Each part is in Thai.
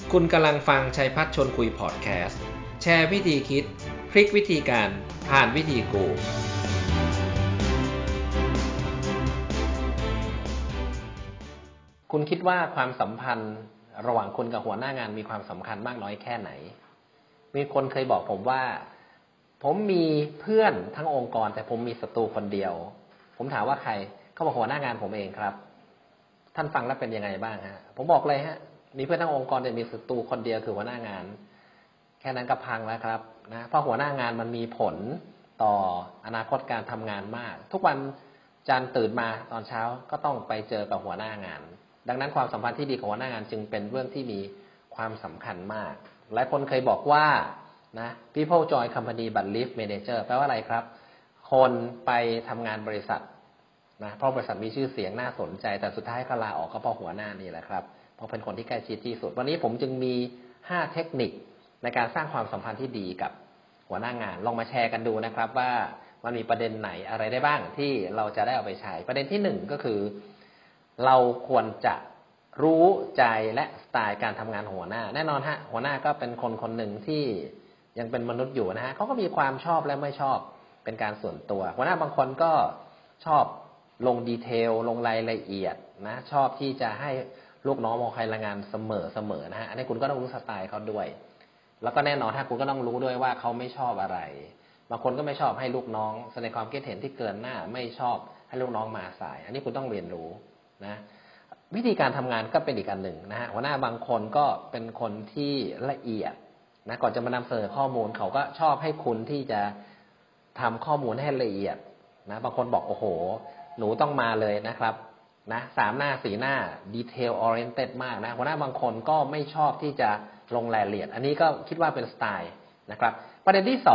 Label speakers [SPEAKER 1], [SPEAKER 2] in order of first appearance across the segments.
[SPEAKER 1] คุณกำลังฟังชัยพัฒน์ชวนคุยพอดแคสต์แชร์วิธีคิดพลิกวิธีการผ่านวิธีกูคุณคิดว่าความสัมพันธ์ระหว่างคุณกับหัวหน้างานมีความสำคัญมากน้อยแค่ไหนมีคนเคยบอกผมว่าผมมีเพื่อนทั้งองค์กรแต่ผมมีศัตรูคนเดียวผมถามว่าใครเขาบอกหัวหน้างานผมเองครับท่านฟังแล้วเป็นยังไงบ้างฮะผมบอกเลยฮะมีเพื่อนทั้งองค์กรแต่มีศัตรูคนเดียวคือหัวหน้างานแค่นั้นก็พังแล้วครับนะเพราะหัวหน้างานมันมีผลต่ออนาคตการทำงานมากทุกวันจันทร์ตื่นมาตอนเช้าก็ต้องไปเจอกับหัวหน้างานดังนั้นความสัมพันธ์ที่ดีของหัวหน้างานจึงเป็นเรื่องที่มีความสำคัญมากหลายคนเคยบอกว่านะ people join company but leave manager แปลว่าอะไรครับคนไปทำงานบริษัทนะเพราะบริษัทมีชื่อเสียงน่าสนใจแต่สุดท้ายก็ลาออกก็เพราะหัวหน้านี่แหละครับเพราะเป็นคนที่ใกล้ชิดที่สุดวันนี้ผมจึงมี5เทคนิคในการสร้างความสัมพันธ์ที่ดีกับหัวหน้างานลองมาแชร์กันดูนะครับว่ามันมีประเด็นไหนอะไรได้บ้างที่เราจะได้เอาไปใช้ประเด็นที่1ก็คือเราควรจะรู้ใจและสไตล์การทำงานหัวหน้าแน่นอนฮะหัวหน้าก็เป็นคนคนหนึ่งที่ยังเป็นมนุษย์อยู่นะฮะเขาก็มีความชอบและไม่ชอบเป็นการส่วนตัวหัวหน้าบางคนก็ชอบลงดีเทลลงรายละเอียดนะชอบที่จะให้ลูกน้องมองใครละงานเสมอนะฮะอันนี้คุณก็ต้องรู้สไตล์เขาด้วยแล้วก็แน่นอนถ้าคุณก็ต้องรู้ด้วยว่าเขาไม่ชอบอะไรบางคนก็ไม่ชอบให้ลูกน้องแสดงความคิดเห็นที่เกินหน้าไม่ชอบให้ลูกน้องมาสายอันนี้คุณต้องเรียนรู้นะวิธีการทำงานก็เป็นอีกอันหนึ่งนะฮะหัวหน้าบางคนก็เป็นคนที่ละเอียดนะก่อนจะมานำเสนอข้อมูลเขาก็ชอบให้คุณที่จะทำข้อมูลให้ละเอียดนะบางคนบอกโอ้โหหนูต้องมาเลยนะครับนะ3 หน้า 4 หน้า detail oriented มากนะหัวหน้าบางคนก็ไม่ชอบที่จะลงรายละเอียดอันนี้ก็คิดว่าเป็นสไตล์นะครับประเด็นที่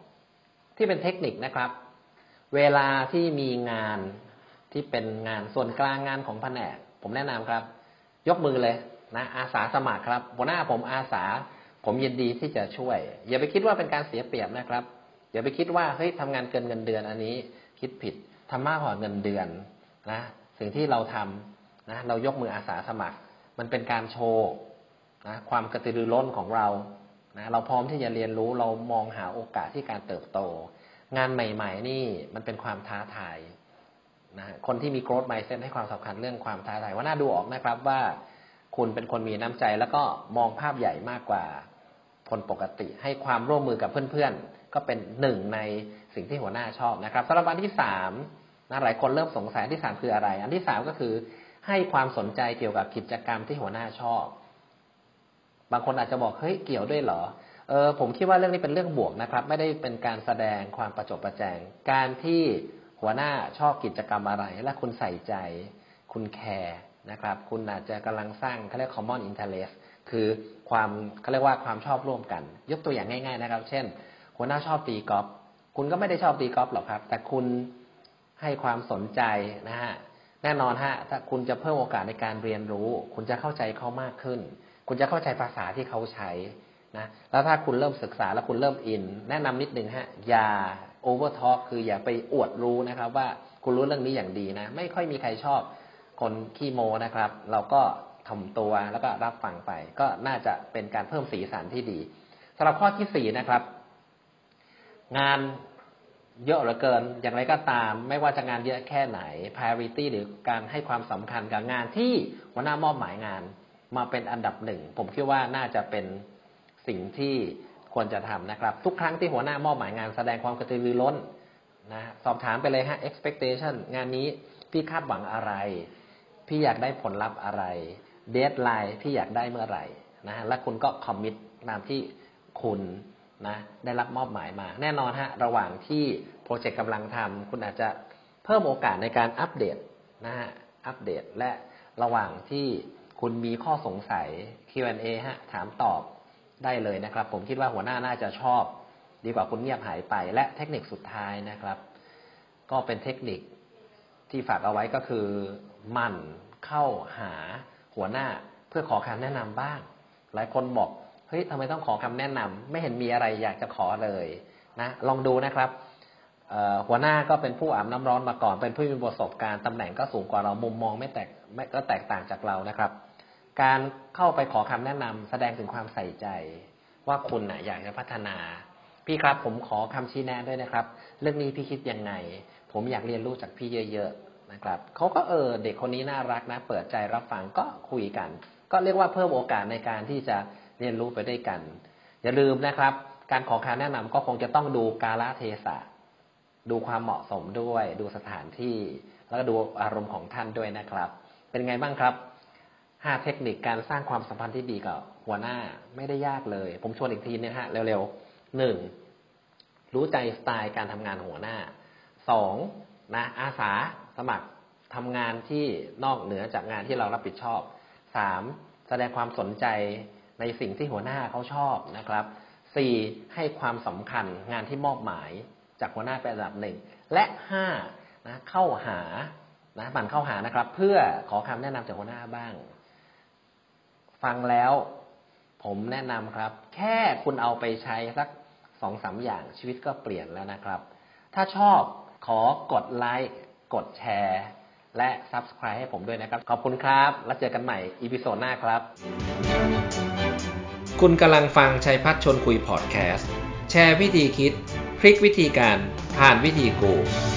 [SPEAKER 1] 2ที่เป็นเทคนิคนะครับเวลาที่มีงานที่เป็นงานส่วนกลางงานของแผนกผมแนะนำครับยกมือเลยนะอาสาสมัครครับหัวหน้าผมอาสาผมยินดีที่จะช่วยอย่าไปคิดว่าเป็นการเสียเปรียบนะครับอย่าไปคิดว่าเฮ้ยทำงานเกินเงินเดือนอันนี้คิดผิดทำมากกว่าเงินเดือนนะสิ่งที่เราทำนะเรายกมืออาสาสมัครมันเป็นการโชว์นะความกระตือรือร้นของเรานะเราพร้อมที่จะเรียนรู้เรามองหาโอกาสที่การเติบโตงานใหม่ๆนี่มันเป็นความท้าทายนะคนที่มี growth mindset ให้ความสำคัญเรื่องความท้าทายว่าน่าดูออกนะครับว่าคุณเป็นคนมีน้ำใจแล้วก็มองภาพใหญ่มากกว่าคนปกติให้ความร่วมมือกับเพื่อนๆก็เป็นหนึ่งในสิ่งที่หัวหน้าชอบนะครับสำหรับอันที่3นะหลายคนเริ่มสงสัยอันที่3คืออะไรอันที่3ก็คือให้ความสนใจเกี่ยวกับกิจกรรมที่หัวหน้าชอบบางคนอาจจะบอกเฮ้ยเกี่ยวด้วยเหรอผมคิดว่าเรื่องนี้เป็นเรื่องบวกนะครับไม่ได้เป็นการแสดงความประจบประแจงการที่หัวหน้าชอบกิจกรรมอะไรและคุณใส่ใจคุณแคร์นะครับคุณอาจจะกำลังสร้างเขาเรียก common interest คือความเขาเรียกว่าความชอบร่วมกันยกตัวอย่างง่ายๆนะครับเช่นหัวหน้าชอบตีกอล์ฟคุณก็ไม่ได้ชอบตีกอล์ฟหรอกครับแต่คุณให้ความสนใจนะฮะแน่นอนฮะถ้าคุณจะเพิ่มโอกาสในการเรียนรู้คุณจะเข้าใจเขามากขึ้นคุณจะเข้าใจภาษาที่เขาใช้นะแล้วถ้าคุณเริ่มศึกษาแล้วคุณเริ่มอินแนะนำนิดนึงฮะอย่าโอเวอร์ทอล์กคืออย่าไปอวดรู้นะครับว่าคุณรู้เรื่องนี้อย่างดีนะไม่ค่อยมีใครชอบคนขี้โม้นะครับเราก็ถ่อมตัวแล้วก็รับฟังไปก็น่าจะเป็นการเพิ่มสีสันที่ดีสำหรับข้อที่4นะครับงานเยอะเหลือเกินอย่างไรก็ตามไม่ว่าจะงานเยอะแค่ไหน priority หรือการให้ความสำคัญกับงานที่หัวหน้ามอบหมายงานมาเป็นอันดับ1ผมคิดว่าน่าจะเป็นสิ่งที่ควรจะทำนะครับทุกครั้งที่หัวหน้ามอบหมายงานแสดงความกระตือรือร้นนะสอบถามไปเลยฮะ expectation งานนี้พี่คาดหวังอะไรพี่อยากได้ผลลัพธ์อะไร deadline พี่อยากได้เมื่อไหร่นะและคุณก็ commit ตามที่คุณนะได้รับมอบหมายมาแน่นอนฮะระหว่างที่โปรเจกต์กำลังทำคุณอาจจะเพิ่มโอกาสในการอัปเดตนะฮะอัปเดตและระหว่างที่คุณมีข้อสงสัย Q&A ฮะถามตอบได้เลยนะครับผมคิดว่าหัวหน้าน่าจะชอบดีกว่าคุณเงียบหายไปและเทคนิคสุดท้ายนะครับก็เป็นเทคนิคที่ฝากเอาไว้ก็คือหมั่นเข้าหาหัวหน้าเพื่อขอคำแนะนำบ้างหลายคนบอกเฮ้ยทำไมต้องขอคำแนะนำไม่เห็นมีอะไรอยากจะขอเลยนะลองดูนะครับหัวหน้าก็เป็นผู้อาบน้ำร้อนมาก่อนเป็นผู้มีประสบการณ์ตำแหน่งก็สูงกว่าเรามุมมองก็แตกต่างจากเรานะครับการเข้าไปขอคำแนะนำแสดงถึงความใส่ใจว่าคุณอยากจะพัฒนาพี่ครับผมขอคำชี้แนะด้วยนะครับเรื่องนี้พี่คิดยังไงผมอยากเรียนรู้จากพี่เยอะๆนะครับเขาก็เด็กคนนี้น่ารักนะเปิดใจรับฟังก็คุยกันก็เรียกว่าเพิ่มโอกาสในการที่จะเรียนรู้ไปด้วยกันอย่าลืมนะครับการขอคำแนะนำก็คงจะต้องดูกาลเทศะดูความเหมาะสมด้วยดูสถานที่แล้วก็ดูอารมณ์ของท่านด้วยนะครับเป็นไงบ้างครับ5 เทคนิคการสร้างความสัมพันธ์ที่ดีกับหัวหน้าไม่ได้ยากเลยผมชวนอีกทีนะฮะเร็วๆ1รู้ใจสไตล์การทำงานของหัวหน้า2อาสาสมัครทำงานที่นอกเหนือจากงานที่เรารับผิดชอบ3แสดงความสนใจในสิ่งที่หัวหน้าเขาชอบนะครับ4ให้ความสำคัญงานที่มอบหมายจากหัวหน้าเป็นอันดับ1และ5เข้าหาหมั่นเข้าหานะครับเพื่อขอคำแนะนำจากหัวหน้าบ้างฟังแล้วผมแนะนำครับแค่คุณเอาไปใช้สัก 2-3 อย่างชีวิตก็เปลี่ยนแล้วนะครับถ้าชอบขอกดไลค์กดแชร์และ Subscribe ให้ผมด้วยนะครับขอบคุณครับแล้วเจอกันใหม่อีพิโซดหน้าครับคุณกำลังฟังชัยพัฒน์ชวนคุยพอดแคสต์แชร์วิธีคิดพลิกวิธีการผ่านวิธีกู